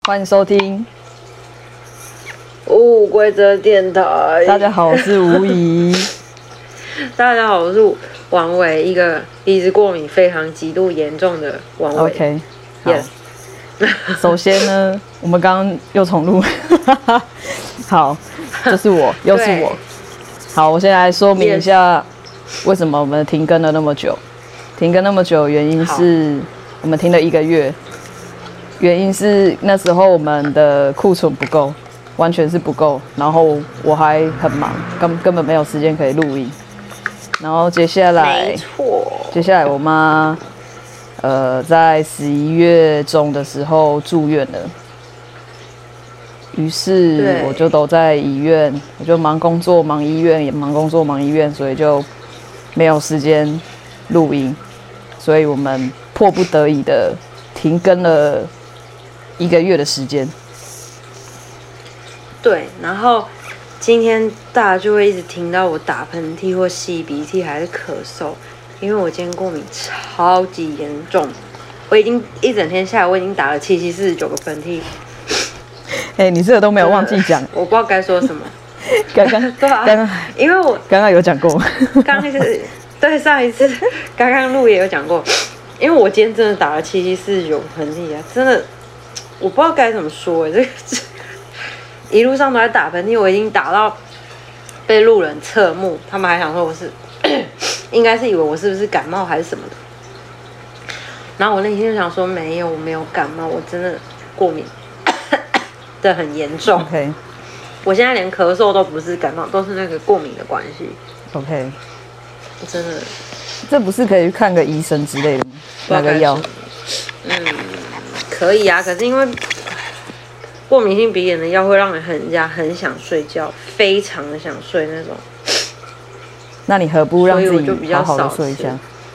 欢迎收听无规则电台。 大家好，我是吴怡。 大家好，我是王伟，一个鼻子过敏非常极度严重的王伟。 OK， 好。 Yes 首先呢，我们刚刚又重录，好，就是我，又是我。好，我先来说明一下为什么我们停更了那么久。停更那么久，原因是我们停了1个月。原因是那时候我们的库存不够，完全是不够，然后我还很忙，根本没有时间可以录音。然后接下来我妈在11月中的时候住院了，于是我就都在医院，我就忙工作忙医院，也忙工作忙医院，所以就没有时间录音，所以我们迫不得已的停更了1个月的时间。 对，然后今天大家就会一直听到我打喷嚏或吸鼻涕还是咳嗽，因为我今天过敏超级严重，我已经一整天下来我已经打了7749个喷嚏。 你这个都没有忘记讲， 我不知道该说什么。 刚刚对啊，因为我刚刚有讲过， 对上一次刚刚录也有讲过，因为我今天真的打了7749个喷嚏啊，真的我不知道该怎么说这个一路上都在打喷嚏，我已经打到被路人侧目，他们还想说我是应该是以为我是不是感冒还是什么的，然后我内心就想说没有，我没有感冒，我真的过敏的很严重。 OK， 我现在连咳嗽都不是感冒，都是那个过敏的关系。 OK， 真的， 这不是可以去看个医生之类的吗？拿个药？ 可以啊，可是因为过敏性鼻炎的药会让人家很想睡觉，非常的想睡那种。 那你何不让自己好好的睡一下？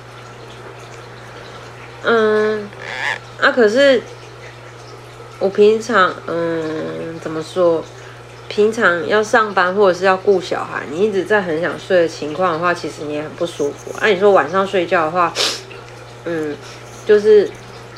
可是我平常怎么说？平常要上班或者是要顾小孩，你一直在很想睡的情况的话，其实你也很不舒服。你说晚上睡觉的话，就是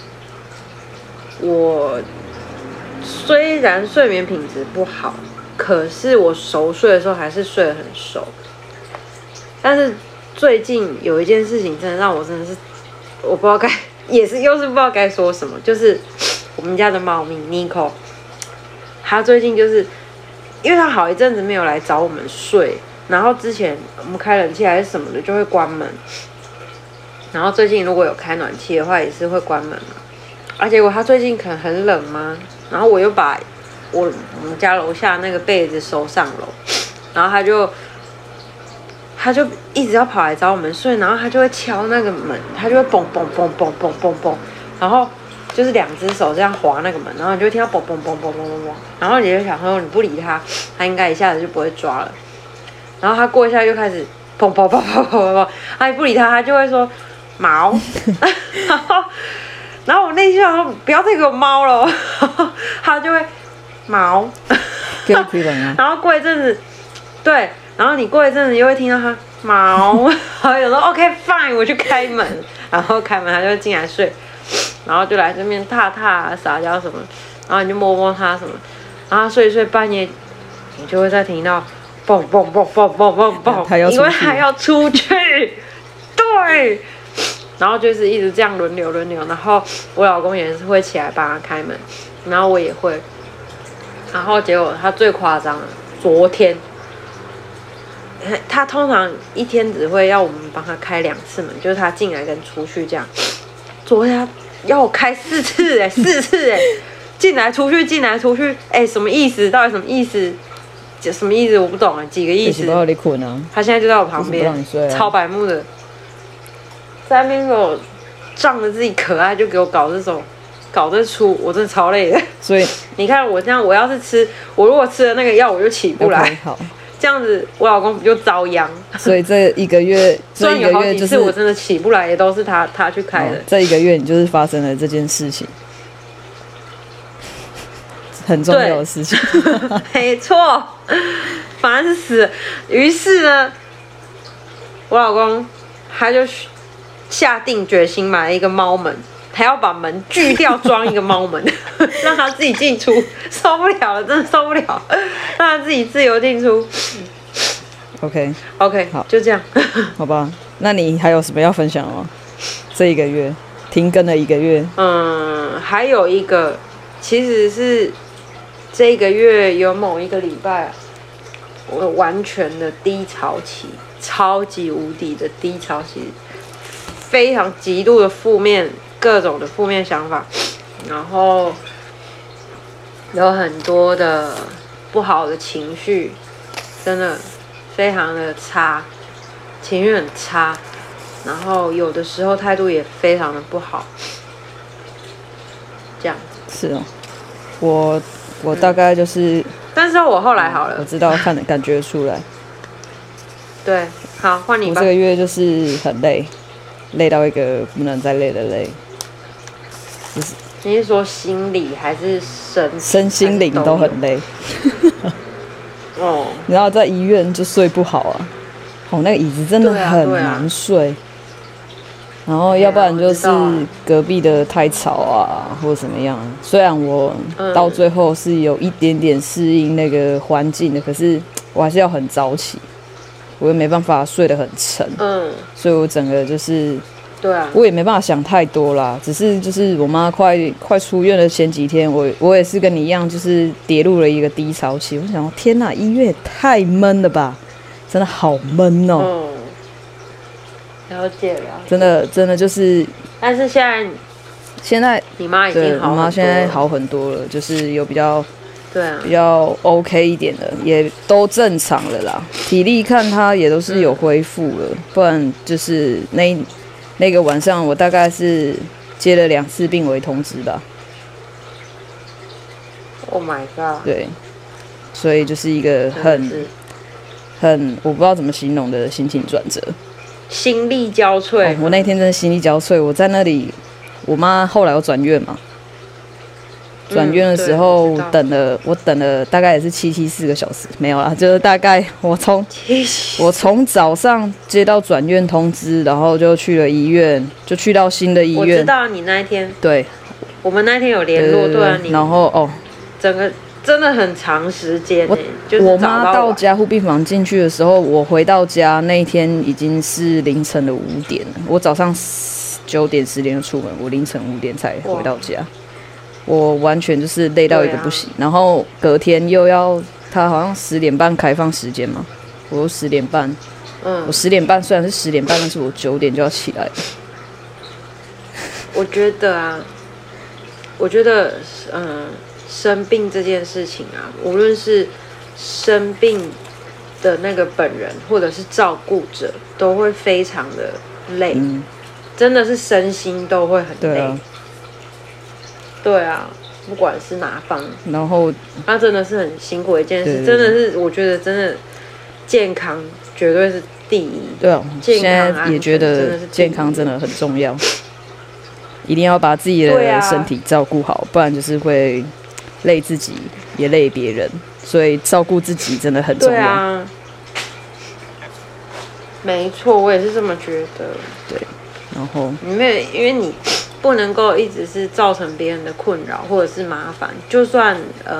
我虽然睡眠品质不好，可是我熟睡的时候还是睡得很熟。但是最近有一件事情真的让我真的是我不知道又是不知道该说什么，就是我们家的猫咪 Nico， 它最近就是因为它好一阵子没有来找我们睡，然后之前我们开冷气还是什么的就会关门，然后最近如果有开暖气的话也是会关门嘛，结果它最近可能很冷嘛，然后我又把我们家楼下那个被子收上楼，然后它就一直要跑来找我们睡，然后它就会敲那个门，它就会蹦蹦蹦蹦蹦蹦蹦，然后就是2只手这样划那个门，然后你就会听到蹦蹦蹦蹦蹦蹦蹦，然后你就想说你不理它，它应该一下子就不会抓了，然后它过一下又开始蹦蹦蹦蹦蹦蹦，你不理它，它就会说毛，然后我内心想说不要再给我猫了，它就会毛，然后过一阵子，对。然后你过一阵子又会听到它毛，然后有时候 OK fine 我去开门，然后开门它就会进来睡，然后就来这边踏踏撒娇什么，然后你就摸摸它什么，然后它睡一睡半夜，你就会再听到蹦蹦蹦蹦蹦蹦蹦，因为它要出去，对，然后就是一直这样轮流，然后我老公也是会起来帮他开门，然后我也会，然后结果他最夸张了，昨天。他通常一天只会要我们帮他开2次门，就是他进来跟出去这样。昨天他要我开4次4次进来出去进来出去，什么意思？到底什么意思？什么意思？我不懂几个意思。他现在就在我旁边，超白目的，在那边给我仗着自己可爱，就给我搞这出，我真的超累的。 所以你看我这样，我如果吃了那个药，我就起不来。 好。 这样子，我老公不就遭殃？ 所以这1个月， 虽然有好几次我真的起不来，也都是他去开的。 这1个月你就是发生了这件事情，很重要的事情。 没错，反正是死了。于是呢，我老公他就下定决心买了一个猫门， 还要把门锯掉装一个猫门，让它自己进出，受不了了，真的受不了，让它自己自由进出。 OK， 好，就这样。 好吧，那你还有什么要分享的吗？这一个月停更了1个月。 还有一个，其实是这个月有某一个礼拜，我完全的低潮期，超级无敌的低潮期，非常极度的负面，各种的负面想法，然后有很多的不好的情绪，真的非常的差，情绪很差，然后有的时候态度也非常的不好，这样子。 是哦，我大概就是， 但是我后来好了， 我知道感觉出来。 对，好，换你吧。 我这个月就是很累，累到一个不能再累的累。就是你是说心理还是身心灵都很累？ 哦， 然后在医院就睡不好啊，那个椅子真的很难睡。然后要不然就是隔壁的太吵啊，或者怎么样。虽然我到最后是有一点点适应那个环境的，可是我还是要很早起，我又没办法睡得很沉。所以我整个就是， 对啊， 我也没办法想太多啦。只是就是我妈快出院的前几天，我也是跟你一样，就是跌入了一个低潮期。我想，天哪，医院也太闷了吧，真的好闷哦。 了解了， 真的就是， 但是现在你妈已经好很多了， 我妈现在好很多了，就是有比较， 对啊， 比较 OK 一点的，也都正常了啦。体力看她也都是有恢复了，不然就是那个晚上我大概是接了2次病危通知吧。 Oh my god！ 对，所以就是一个很我不知道怎么形容的心情转折。 心力交瘁。 我那天真的心力交瘁。我在那里，我妈后来有转院嘛，转院的时候我等了大概也是74个小时，没有啦，就是大概我从早上接到转院通知，然后就去了医院，就去到新的医院。 我知道你那一天， 对， 我们那天有联络，对啊，你然后整个真的很长时间， 我妈到加护病房进去的时候，我回到家那一天已经是凌晨的5点了。我早上9点10点就出门，我凌晨5点才回到家。我完全就是累到一个不行。然后隔天又要他好像10点半开放时间嘛，我10点半，我10点半虽然是10点半，但是我9点就要起来了。 我觉得生病这件事情啊，无论是生病的那个本人或者是照顾者，都会非常的累，真的是身心都会很累。对啊，不管是哪方， 然后那真的是很辛苦的一件事，真的是我觉得真的健康绝对是第一。 对啊，现在也觉得健康真的很重要，一定要把自己的身体照顾好，不然就是会累自己也累别人，所以照顾自己真的很重要。对啊， 没错，我也是这么觉得。 对，然后因为你不能够一直是造成别人的困扰或者是麻烦，就算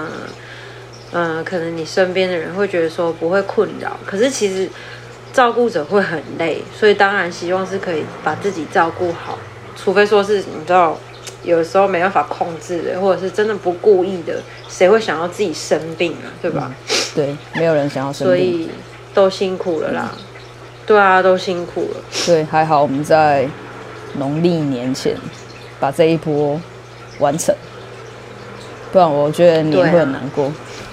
可能你身边的人会觉得说不会困扰，可是其实照顾者会很累，所以当然希望是可以把自己照顾好，除非说是你知道。有时候没办法控制的，或者是真的不故意的，谁会想要自己生病啊？对吧？ 对，没有人想要生病， 所以都辛苦了啦。对啊，都辛苦了。 对，还好我们在农历年前把这一波完成，不然我觉得你会很难过。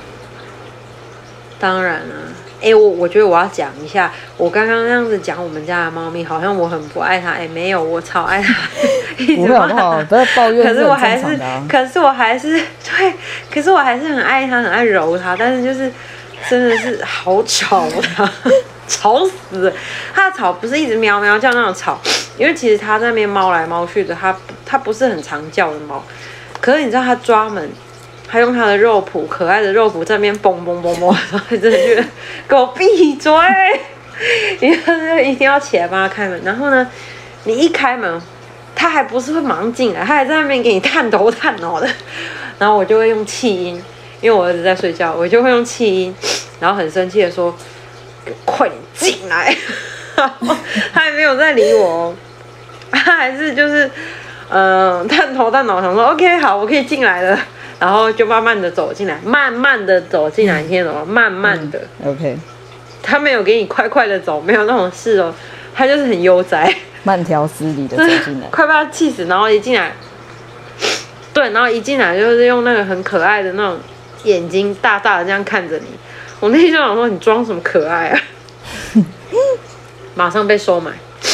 当然啊。我觉得我要讲一下，我刚刚那样子讲我们家的猫咪，好像我很不爱它。没有，我超爱它。 不会好不好？不要抱怨。 可是我还是对，可是我还是很爱它，很爱揉它。但是就是真的是好吵它，吵死了。它的吵不是一直喵喵叫那种吵，因为其实它在那边猫来猫去的，它不是很常叫的猫。可是你知道它抓门。他用他的肉脯，可爱的肉脯在那边蹦蹦蹦蹦，然后真的觉得给我闭嘴！你就是一定要起来帮他开门。然后呢，你一开门， 他还不是会马上进来，他还在那边给你探头探脑的，然后我就会用气音，因为我儿子在睡觉，我就会用气音，然后很生气的说：“快点进来！”他还没有在理我哦，他还是就是探头探脑，想说 OK 好，我可以进来了，然后就慢慢的走进来，慢慢的走进来，你听懂吗？慢慢的 ，OK， 他没有给你快快的走，没有那种事哦，他就是很悠哉。 慢条斯理的走进来， 快被他气死，然后一进来，对，然后一进来就是用那个很可爱的那种眼睛大大的这样看着你，我那天就想说你装什么可爱啊，马上被收买，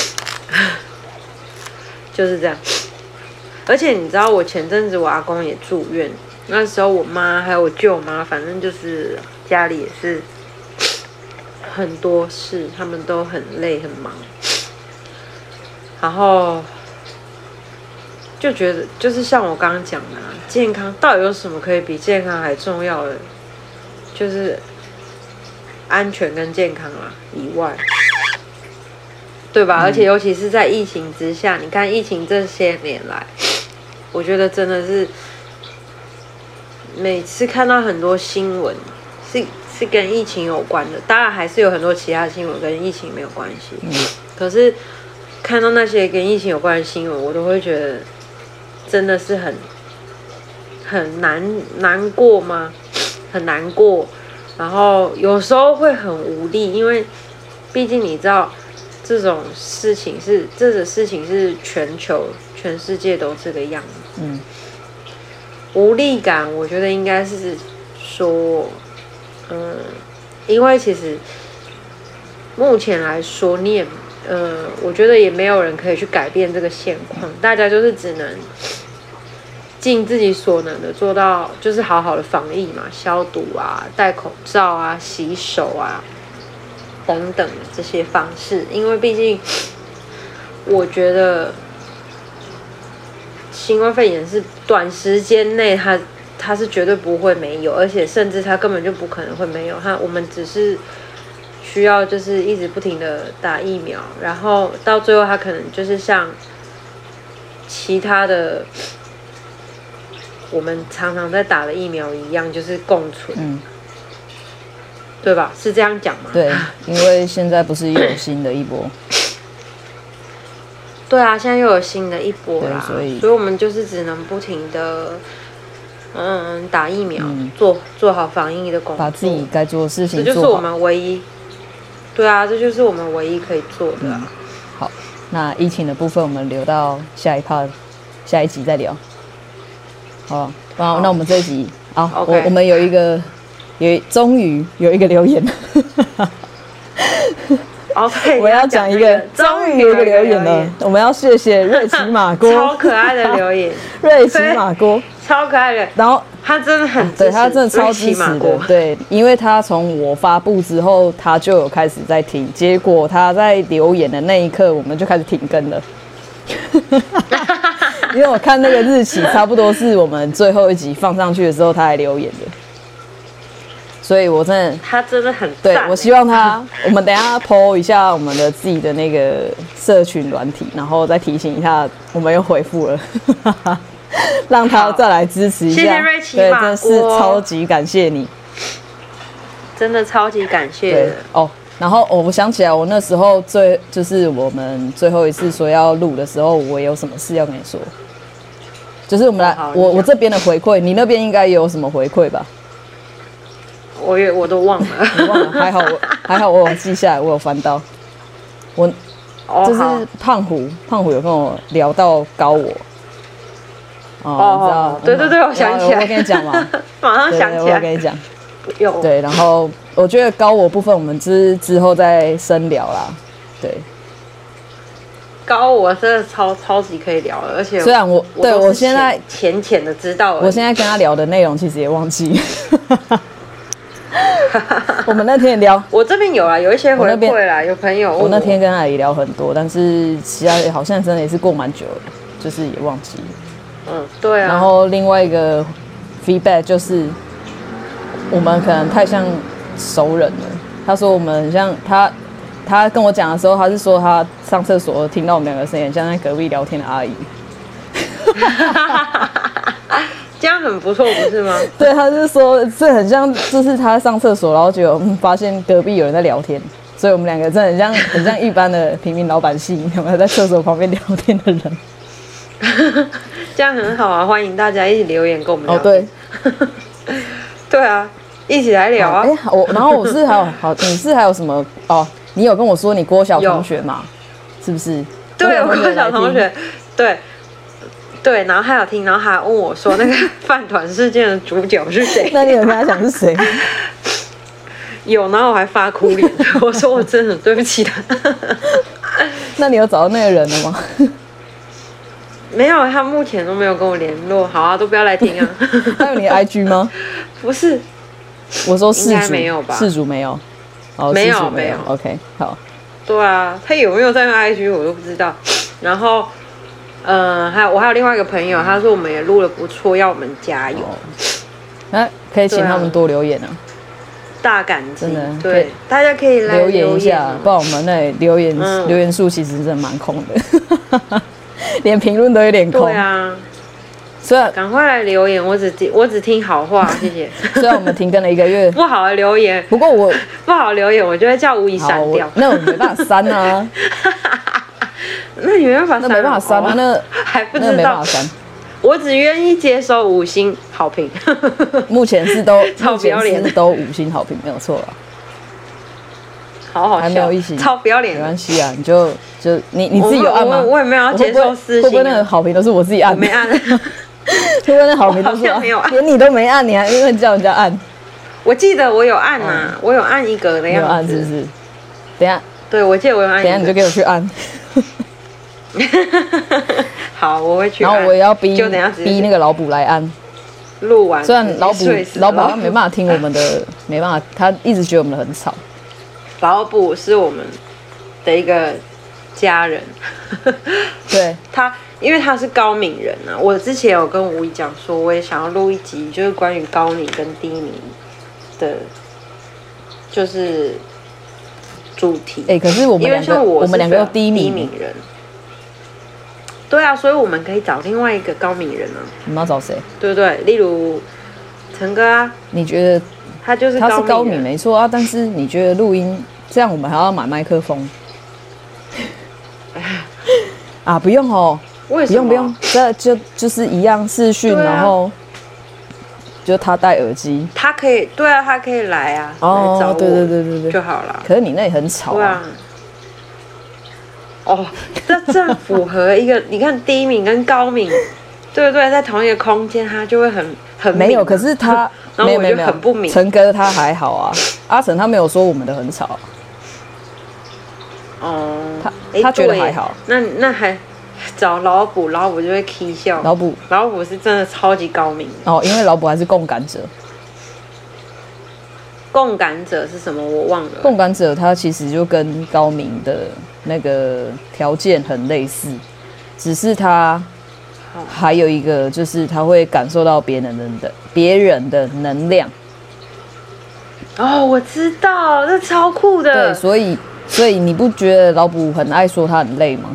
就是这样。而且你知道我前阵子我阿公也住院，那时候我妈还有我舅妈，反正就是家里也是很多事，他们都很累很忙。然后就觉得，就是像我刚刚讲的，健康到底有什么可以比健康还重要的？就是安全跟健康啊以外，对吧？而且尤其是在疫情之下，你看疫情这些年来，我觉得真的是每次看到很多新闻是跟疫情有关的，当然还是有很多其他新闻跟疫情没有关系，可是。看到那些跟疫情有关的新闻，我都会觉得真的是很难过吗？很难过，然后有时候会很无力，因为毕竟你知道这种事情是全球全世界都这个样子。无力感，我觉得应该是说，因为其实目前来说，你也。我觉得也没有人可以去改变这个现况，大家就是只能尽自己所能的做到，就是好好的防疫嘛，消毒啊、戴口罩啊、洗手啊等等这些方式。因为毕竟，我觉得新冠肺炎是短时间内它是绝对不会没有，而且甚至它根本就不可能会没有。我们只是。需要就是一直不停的打疫苗，然后到最后它可能就是像其他的我们常常在打的疫苗一样，就是共存，对吧？是这样讲吗？ 对，因为现在不是又有新的一波， 对啊，现在又有新的一波啦， 所以我们就是只能不停的打疫苗，做好防疫的工作， 把自己该做的事情做好， 这就是我们唯一。对啊，这就是我们唯一可以做的啊。 好，那疫情的部分我们留到下一集再聊。好，那我们这一集我们终于有一个留言。我要讲一个，终于有一个留言了。我们要谢谢瑞奇马锅， 超可爱的留言， 瑞奇马锅， 超可爱的。 然后他真的很支持， 对他真的超支持的，对，因为他从我发布之后，他就有开始在听，结果他在留言的那一刻，我们就开始停更了。因为我看那个日期，差不多是我们最后一集放上去的时候，他来留言的。所以我他真的很对，我希望我们等一下 po 一下我们的自己的那个社群软体，然后再提醒一下我们又回复了，让他再来支持一下。 谢谢瑞奇对，真的是超级感谢你， 真的超级感谢的哦。然后我想起来，我那时候就是我们最后一次说要录的时候，我有什么事要跟你说，就是我们我这边的回馈，你那边应该也有什么回馈吧？ 我都忘了， 你忘了？还好我有记下来，我有翻到。就是胖虎有跟我聊到高我。 对，我想起来， 我跟你讲嘛， 马上想起来， 我跟你讲。 有对，然后我觉得高我部分我们之后再深聊啦。对， 高我真的超级可以聊的，而且虽然我现在浅的知道， 我现在跟他聊的内容其实也忘记。我们那天聊， 我这边有啦，有一些回馈啦，有朋友我那天跟他也聊很多，但是其他好像真的也是过蛮久了，就是也忘记了。 对啊。 然后另外一个 feedback 就是我们可能太像熟人了。他说我们很像他跟我讲的时候，他是说他上厕所听到我们两个声音，像在隔壁聊天的阿姨。 这样很不错，不是吗？ 对，他就说这很像，就是他上厕所，然后就发现隔壁有人在聊天，所以我们两个真的很像一般的平民老百姓，有没有在厕所旁边聊天的人？ 这样很好啊，欢迎大家一起留言跟我们聊。 哦，对， 对啊，一起来聊啊。 然后我是还有你是还有什么？哦，你有跟我说你国小同学嘛？是不是？ 对，我国小同学，对，然后还有听，然后还问我说那个饭团事件的主角是谁？ 那你有跟他讲是谁？ 有，然后我还发哭脸，我说我真的很对不起他。 那你有找到那个人了吗？ 没有，他目前都没有跟我联络。好啊，都不要来听啊。 他有你的 IG 吗？ 不是， 我说事主没有吧？ 事主没有，哦， 没有。 OK， 好。 对啊，他有没有在用 IG 我都不知道。然后，我还有另外一个朋友，他说我们也录得不错，要我们加油。 那可以请他们多留言啊。 大感激， 真的， 对，大家可以来留言一下，不然我们那里留言数其实真的蛮空的，连评论都有点空。 对啊， 虽然赶快来留言，我只听好话，谢谢。 虽然我们停更了1个月， 不好的留言， 不过不好的留言，我就会叫吴怡删掉。 那我没办法删啊。 那你没办法删， 那没办法删啊，那还不知道， 那没办法删。 我只愿意接收5星好评。 目前是都超不要脸， 都5星好评，没有错了。 好好笑， 还没有1星， 超不要脸。 没关系啊，你就你自己有按吗？ 我也没有要接受4星。 会不会那个好评都是我自己按？ 我没按。会不会那好评都是没有按？ 连你都没按，你还因为叫人家按？ 我记得我有按啊，我有按1个的样子。 有按是不是？等一下。 对，我记得我有按。 等一下你就给我去按。 好，我会去按。 然后我也要逼那个老卜来按。 录完， 虽然老卜他没办法听我们的，没办法，他一直觉得我们的很吵。 老卜是我们的一个家人， 对他，因为他是高敏人啊。我之前有跟吴怡讲说，我也想要录一集，就是关于高敏跟低敏的，就是主题。 可是我们两个都低敏人。对啊，所以我们可以找另外一个高敏人啊。 你们要找谁？ 对不对？例如陈哥啊。 你觉得他就是高敏没错啊，但是你觉得录音这样我们还要买麦克风？啊，不用哦， 为什么？ 不用，这就是一样视讯，然后就他戴耳机， 他可以，对啊，他可以来啊，来找我，对就好了。 可是你那里很吵啊。 哦，这符合一个，你看低敏跟高敏，对不对？在同一个空间，他就会很没有，可是他然后我就很不明。 陈哥他还好啊，阿成他没有说我们的很吵。 哦， 他觉得还好。 那还找老卜，老卜就会起笑。老卜是真的超级高明哦，因为老卜还是共感者。 共感者是什么？我忘了。 共感者他其实就跟高明的那个条件很类似，只是他还有一个就是他会感受到别人的能量。 哦，我知道，这超酷的。 对，所以你不觉得老卜很爱说他很累吗？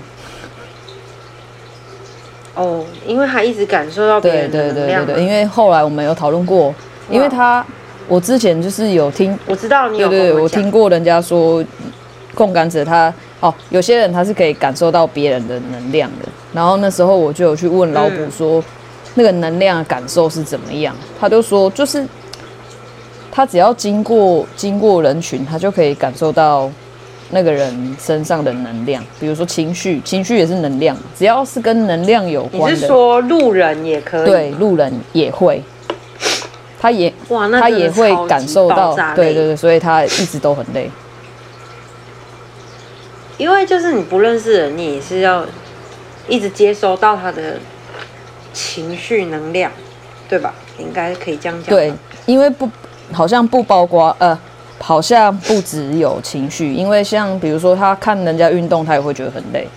哦，因为他一直感受到别人的能量。 对，因为后来我们有讨论过，因为我之前就是有听， 我知道你有对，我听过人家说，共感者有些人他是可以感受到别人的能量的。然后那时候我就有去问老卜说，那个能量的感受是怎么样？他就说，就是他只要经过人群，他就可以感受到那个人身上的能量。比如说情绪也是能量，只要是跟能量有关的。 你是说路人也可以？ 对，路人也会。他也会感受到，对，所以他一直都很累。 因为就是你不认识人，你也是要一直接收到他的情绪能量，对吧？应该可以这样讲。 对，因为好像不包括好像不只有情绪，因为像比如说他看人家运动，他也会觉得很累。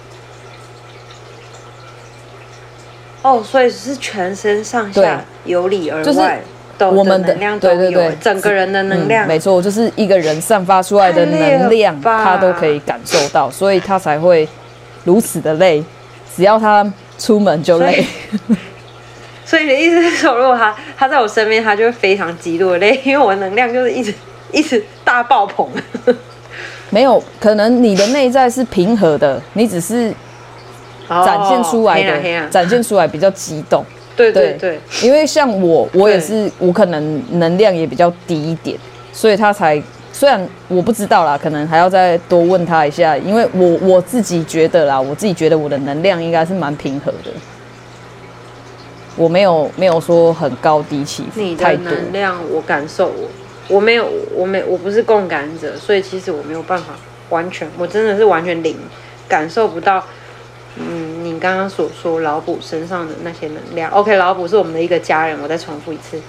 哦，所以是全身上下由里而外。 我们的能量对，整个人的能量， 没错，就是一个人散发出来的能量，他都可以感受到，所以他才会如此的累。只要他出门就累。 所以你的意思是说，如果他在我身边，他就会非常极度的累，因为我的能量就是一直大爆棚。 没有，可能你的内在是平和的，你只是展现出来的，展现出来比较激动。 对， 因为像我也是，我可能能量也比较低一点，所以他才虽然我不知道啦，可能还要再多问他一下，因为我自己觉得啦，我自己觉得我的能量应该是蛮平和的，我没有说很高低起伏太多。 你的能量我感受我不是共感者，所以其实我没有办法完全，我真的是完全零感受不到。你刚刚所说老卜身上的那些能量 ，OK， 老卜是我们的一个家人，我再重复一次，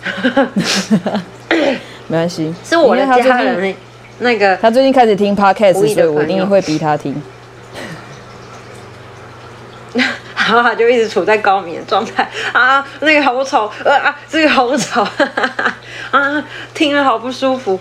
没关系， 是我的家人。那个他最近开始听 podcast， 所以我一定会逼他听。 然后他就一直处在高敏的状态啊，那个好丑，这个好丑，啊，听了好不舒服。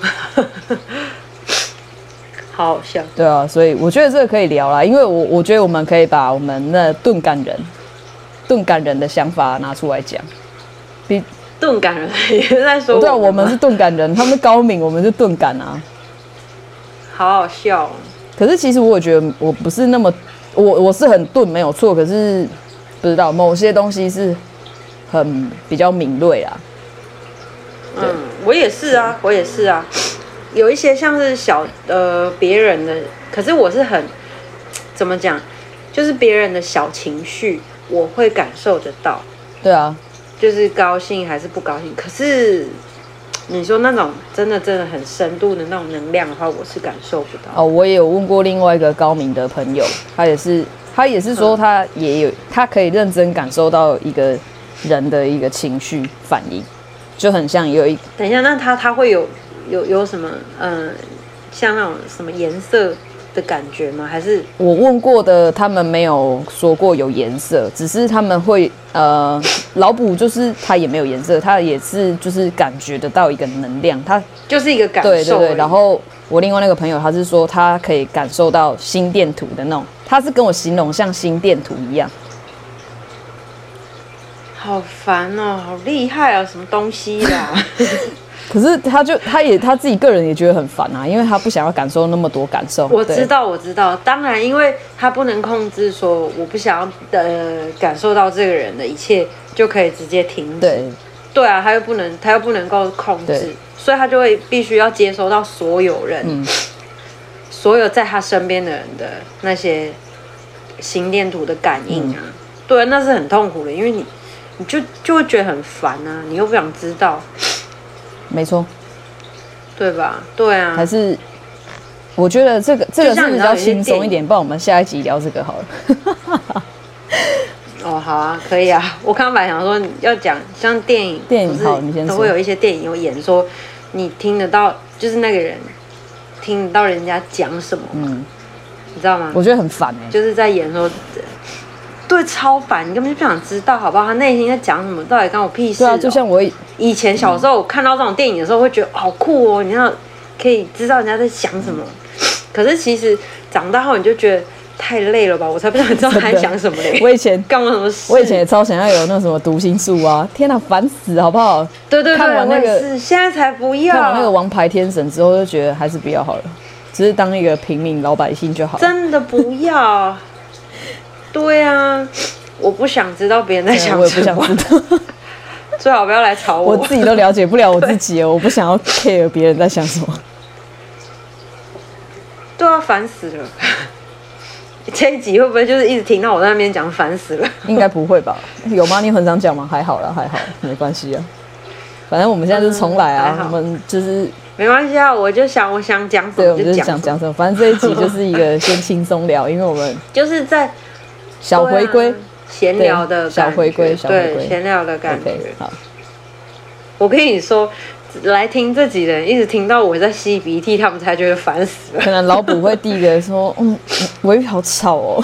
好好笑， 对啊，所以我觉得这个可以聊啦，因为我觉得我们可以把我们那钝感人的想法拿出来讲。 钝感人也是在说对啊，我们是钝感人，他们是高敏，我们是钝感啊。 好好笑哦。 可是其实我也觉得我不是那么，我是很钝没有错，可是不知道某些东西是比较敏锐啊。 我也是啊，有一些像是别人的，可是我是很怎么讲，就是别人的小情绪，我会感受得到。 对啊， 就是高兴还是不高兴。可是你说那种真的很深度的那种能量的话，我是感受不到。 我也有问过另外一个高敏的朋友，他也是说他可以认真感受到一个人的一个情绪反应，就很像有一。 等一下，那他会有什么像那种什么颜色的感觉吗？还是我问过的，他们没有说过有颜色，只是他们会老卜就是他也没有颜色，他也是就是感觉得到一个能量，他就是一个感受。 对，然后我另外那个朋友他是说他可以感受到心电图的那种，他是跟我形容像心电图一样。 好烦哦，好厉害啊，什么东西啦？ 可是他自己个人也觉得很烦啊，因为他不想要感受那么多感受。 我知道，当然，因为他不能控制说我不想要感受到这个人的一切就可以直接停止。对啊，他又不能够控制，所以他就会必须要接收到所有人，所有在他身边的人的那些心电图的感应啊。对，那是很痛苦的，因为你就会觉得很烦啊，你又不想知道。 没错， 对吧？对啊， 还是我觉得这个是比较轻松一点，不然我们下一集聊这个好了。 好啊，可以啊。我刚本来想说要讲像电影好，你先说。 都会有一些电影有演说，你听得到，就是那个人听得到人家讲什么，你知道吗？ 我觉得很烦就是在演说。对，超烦，你根本就不想知道，好不好？他内心在讲什么，到底关我屁事？ 对啊，就像我以前小时候看到这种电影的时候，会觉得好酷哦，你要可以知道人家在想什么。可是其实长大后，你就觉得太累了吧？我才不想知道他在想什么嘞。 我以前干我什么事？ 我以前也超想要有那什么读心术啊！天哪，烦死，好不好？ 对， 看完那个现在才不要。 看完那个《王牌天神》之后，就觉得还是不要好了，只是当一个平民老百姓就好了。 真的不要。对啊。我不想知道别人在想什么， 我也不想知道， 最好不要来吵我。 我自己都了解不了我自己了，我不想要 care 别人在想什么。 对啊，烦死了！这一集会不会就是一直听到我在那边讲烦死了？ 应该不会吧？有吗？你很常讲吗？还好啦，没关系啊。反正我们现在就是重来啊，我们就是没关系啊。我想讲什么， 对，我们就是想讲什么。反正这一集就是一个先轻松聊，因为我们就是在小回归。 闲聊的小回归， 对，闲聊的感觉。 好， 我跟你说，来听这集的人一直听到我在吸鼻涕，他们才觉得烦死了。 可能老卜会第一个说：“微雨好吵哦。”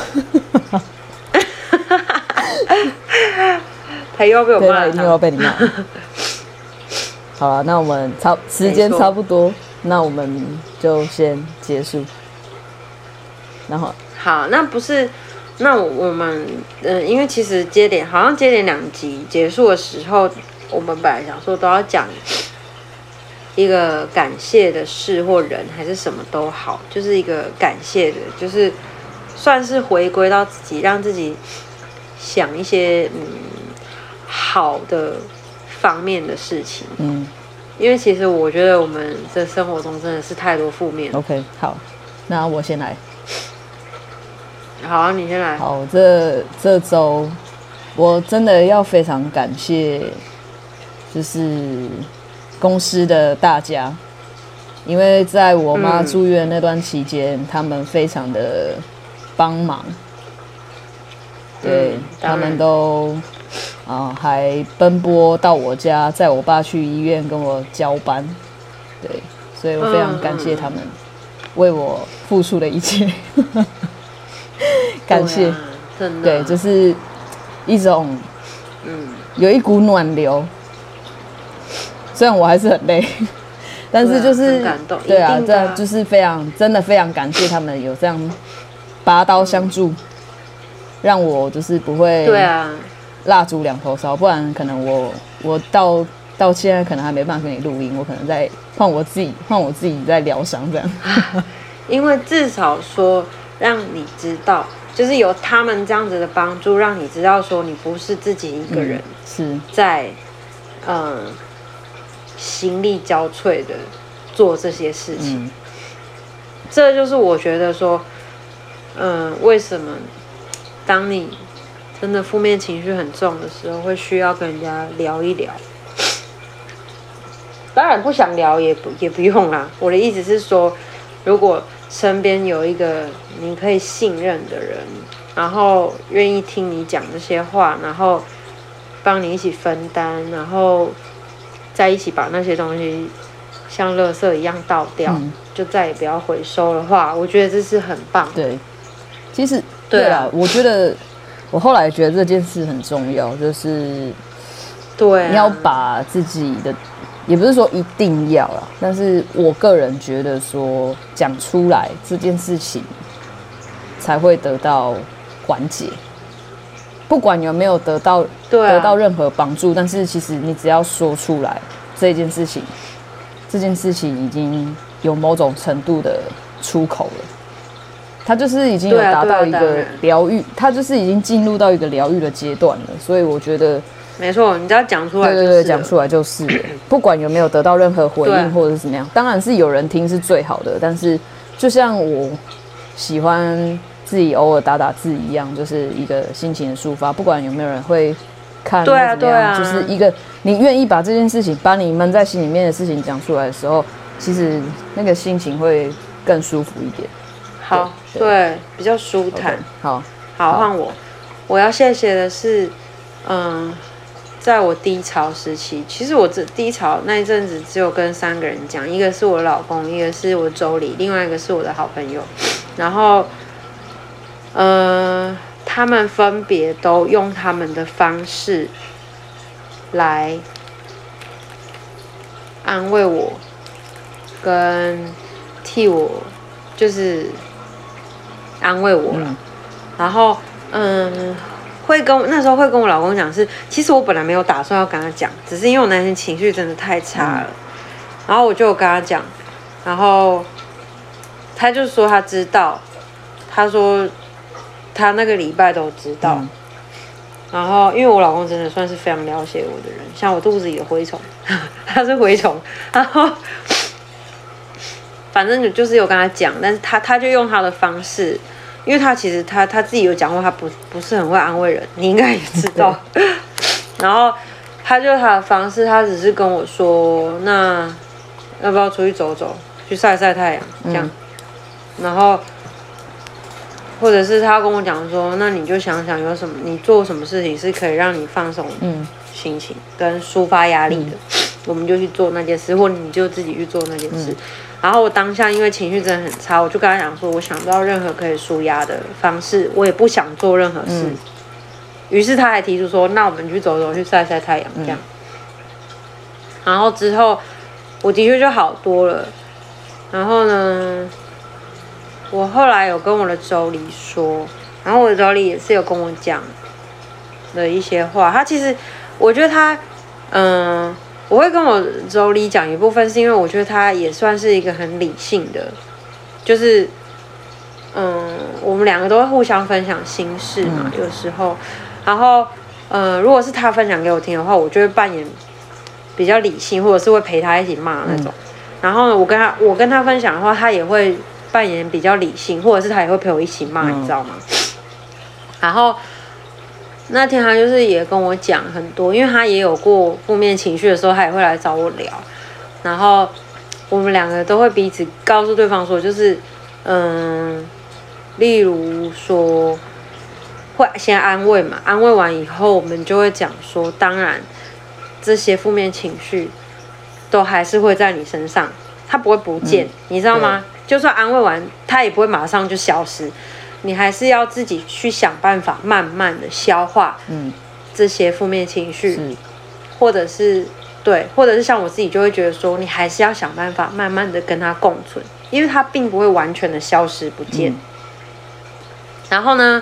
他又要被我骂， 一定要被你骂。好了，那我们时间差不多，那我们就先结束。然后好，那不是那我们因为其实好像接连2集结束的时候，我们本来想说都要讲一个感谢的事或人还是什么都好，就是一个感谢的，就是算是回归到自己，让自己想一些好的方面的事情。因为其实我觉得我们的生活中真的是太多负面了。 OK， 好，那我先来。 好啊，你先来。 好，这周我真的要非常感谢，就是公司的大家，因为在我妈住院那段期间，他们非常的帮忙，对，他们都还奔波到我家，载我爸去医院跟我交班，对，所以我非常感谢他们为我付出的一切。感谢， 真的， 对，就是一种，有一股暖流。虽然我还是很累，但是就是很感动， 对啊，这就是真的非常感谢他们有这样拔刀相助，让我就是不会蜡烛两头烧，不然可能我到现在可能还没办法跟你录音，我可能在换我自己在疗伤这样。 因为至少说让你知道，就是有他们这样子的帮助，让你知道说你不是自己一个人， 是在心力交瘁的做这些事情。这就是我觉得说，为什么当你真的负面情绪很重的时候，会需要跟人家聊一聊。当然不想聊也不用啦。我的意思是说，如果身边有一个你可以信任的人，然后愿意听你讲这些话，然后帮你一起分担，然后再一起把那些东西像垃圾一样倒掉，就再也不要回收的话，我觉得这是很棒。 对，其实对啦，我觉得我后来觉得这件事很重要，就是对， 你要把自己的，也不是说一定要啦，但是我个人觉得说讲出来这件事情才会得到缓解。不管有没有得到任何帮助，但是其实你只要说出来这件事情已经有某种程度的出口了，它就是已经有达到一个疗愈，它就是已经进入到一个疗愈的阶段了。所以我觉得没错，你只要讲出来就是了， 对，讲出来就是了，不管有没有得到任何回应或者是怎么样，当然是有人听是最好的，但是就像我喜欢自己偶尔打字一样，就是一个心情的抒发，不管有没有人会看， 对啊， 就是一个你愿意把这件事情，把你闷在心里面的事情讲出来的时候，其实那个心情会更舒服一点。 好，对，比较舒坦。 Okay, 好，换我要谢谢的是，在我低潮时期，其实我这低潮那一阵子只有跟3个人讲，一个是我老公，一个是我妯娌，另外一个是我的好朋友，然后。他们分别都用他们的方式来安慰我，跟替我就是安慰我了。然后那时候会跟我老公讲是，其实我本来没有打算要跟他讲，只是因为我那天情绪真的太差了，然后我就有跟他讲，然后他就说他知道，他说。他那个礼拜都知道，然后因为我老公真的算是非常了解我的人，像我肚子里的蛔虫，他是蛔虫，然后反正就是有跟他讲，但是他就用他的方式，因为他其实他自己有讲过，他不是很会安慰人，你应该也知道，然后他就他的方式，他只是跟我说，那要不要出去走走，去晒晒太阳这样，然后。或者是他跟我讲说，那你就想想有什么，你做什么事情是可以让你放松心情跟抒发压力的，我们就去做那件事，或你就自己去做那件事。然后我当下因为情绪真的很差，我就跟他讲说，我想不到任何可以抒压的方式，我也不想做任何事。于是他还提出说，那我们去走走，去晒晒太阳这样。然后之后我的确就好多了。然后呢？我后来有跟我的妯娌说， 然后我的妯娌也是有跟我讲的一些话。他其实，我觉得他，我会跟我妯娌讲一部分，是因为我觉得他也算是一个很理性的，就是，我们两个都会互相分享心事嘛，有时候，然后，如果是他分享给我听的话，我就会扮演比较理性，或者是会陪他一起骂那种。然后呢，我跟他分享的话，他也会扮演比较理性，或者是他也会陪我一起骂，你知道吗？然后那天他就是也跟我讲很多，因为他也有过负面情绪的时候，他也会来找我聊。然后我们两个都会彼此告诉对方说，就是例如说会先安慰嘛，安慰完以后，我们就会讲说，当然这些负面情绪都还是会在你身上，它不会不见，你知道吗？就算安慰完，它也不会马上就消失，你还是要自己去想办法，慢慢的消化这些负面情绪，或者是像我自己就会觉得说，你还是要想办法慢慢的跟它共存，因为它并不会完全的消失不见。然后呢，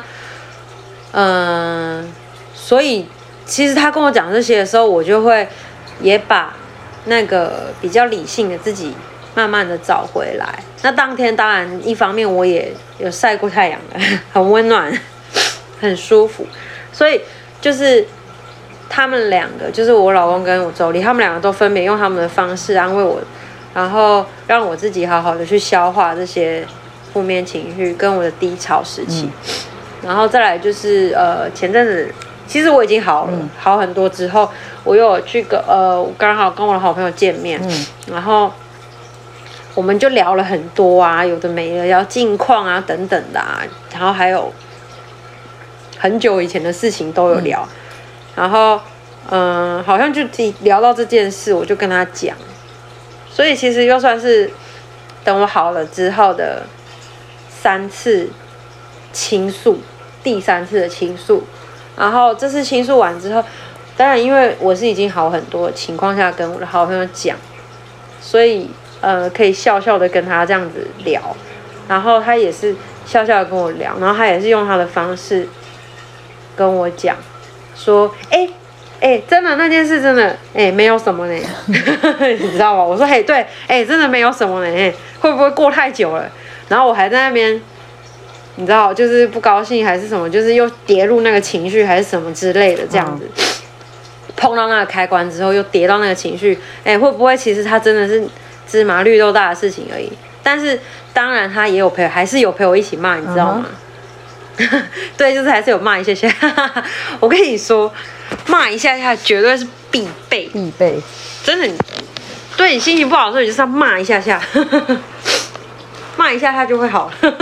所以其实他跟我讲这些的时候，我就会也把那个比较理性的自己慢慢的找回来。那当天当然一方面我也有晒过太阳了，很温暖，很舒服。所以就是他们两个，就是我老公跟我妯娌，他们两个都分别用他们的方式安慰我，然后让我自己好好的去消化这些负面情绪跟我的低潮时期。然后再来就是前阵子其实我已经好了，好很多之后，我又有去我刚好跟我的好朋友见面，然后我们就聊了很多啊，有的没的，聊近况啊等等的啊，然后还有很久以前的事情都有聊，然后好像就聊到这件事，我就跟他讲，所以其实又算是等我好了之后的3次倾诉，第3次的倾诉。然后这次倾诉完之后，当然因为我是已经好很多的情况下跟我的好朋友讲，所以可以笑笑的跟他这样子聊，然后他也是笑笑的跟我聊，然后他也是用他的方式跟我讲说，真的那件事真的没有什么呢，你知道吗？我说对，真的没有什么呢，会不会过太久了？然后我还在那边。你知道，就是不高兴还是什么，就是又跌入那个情绪还是什么之类的，这样子，碰到那个开关之后又跌到那个情绪，会不会其实他真的是芝麻绿豆大的事情而已？但是当然他也有还是有陪我一起骂，你知道吗？对，就是还是有骂一下下。我跟你说，骂一下下绝对是必备，真的。对你心情不好的时候，你就是要骂一下下，骂一下下就会好了。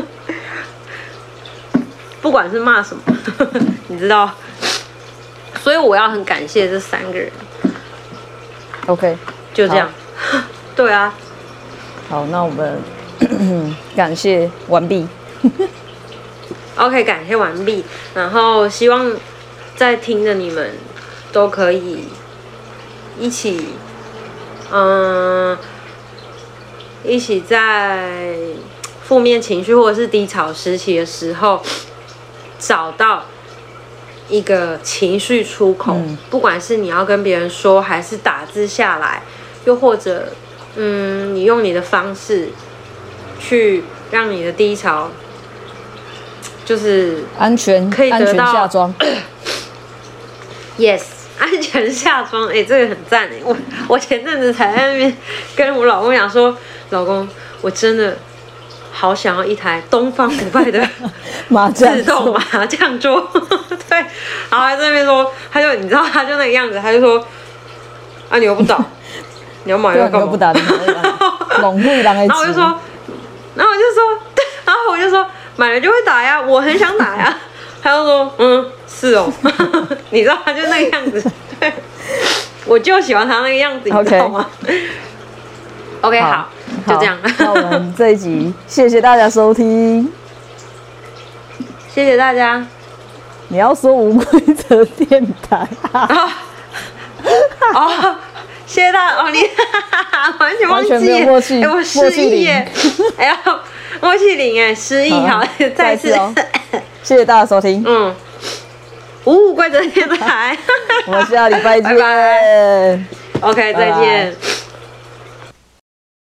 不管是骂什么，你知道，所以我要很感谢这3个人。 OK， 就这样。对啊。 好，那我们感谢完毕。 OK， 感谢完毕。然后希望在听的你们都可以一起，一起在负面情绪或者是低潮时期的时候。找到一个情绪出口，不管是你要跟别人说，还是打字下来，又或者，你用你的方式去让你的低潮，就是安全可以得到下装。 Yes， 安全下装，这个很赞哎！我前阵子才在那边跟我老公讲说，老公，我真的。好想要一台东方不败的自动麻将桌，对，然后还在那边说，他就你知道，他就那个样子，他就说，你又不打，你要买要干嘛？ 你又不打，猛会狼然后我就说，买了就会打呀，我很想打呀。他就说，是哦，你知道，他就那个样子，对，我就喜欢他那个样子，你知道吗？OK， 好，就这样。 那我们这一集，谢谢大家收听， 谢谢大家。 你要说无规则电台谢谢大家你完全忘记， 没有默契， 我失忆耶，默契零失忆，好，再次谢谢大家收听， 怪则天台， 我们下礼拜见， 拜拜 OK，再见。 拜拜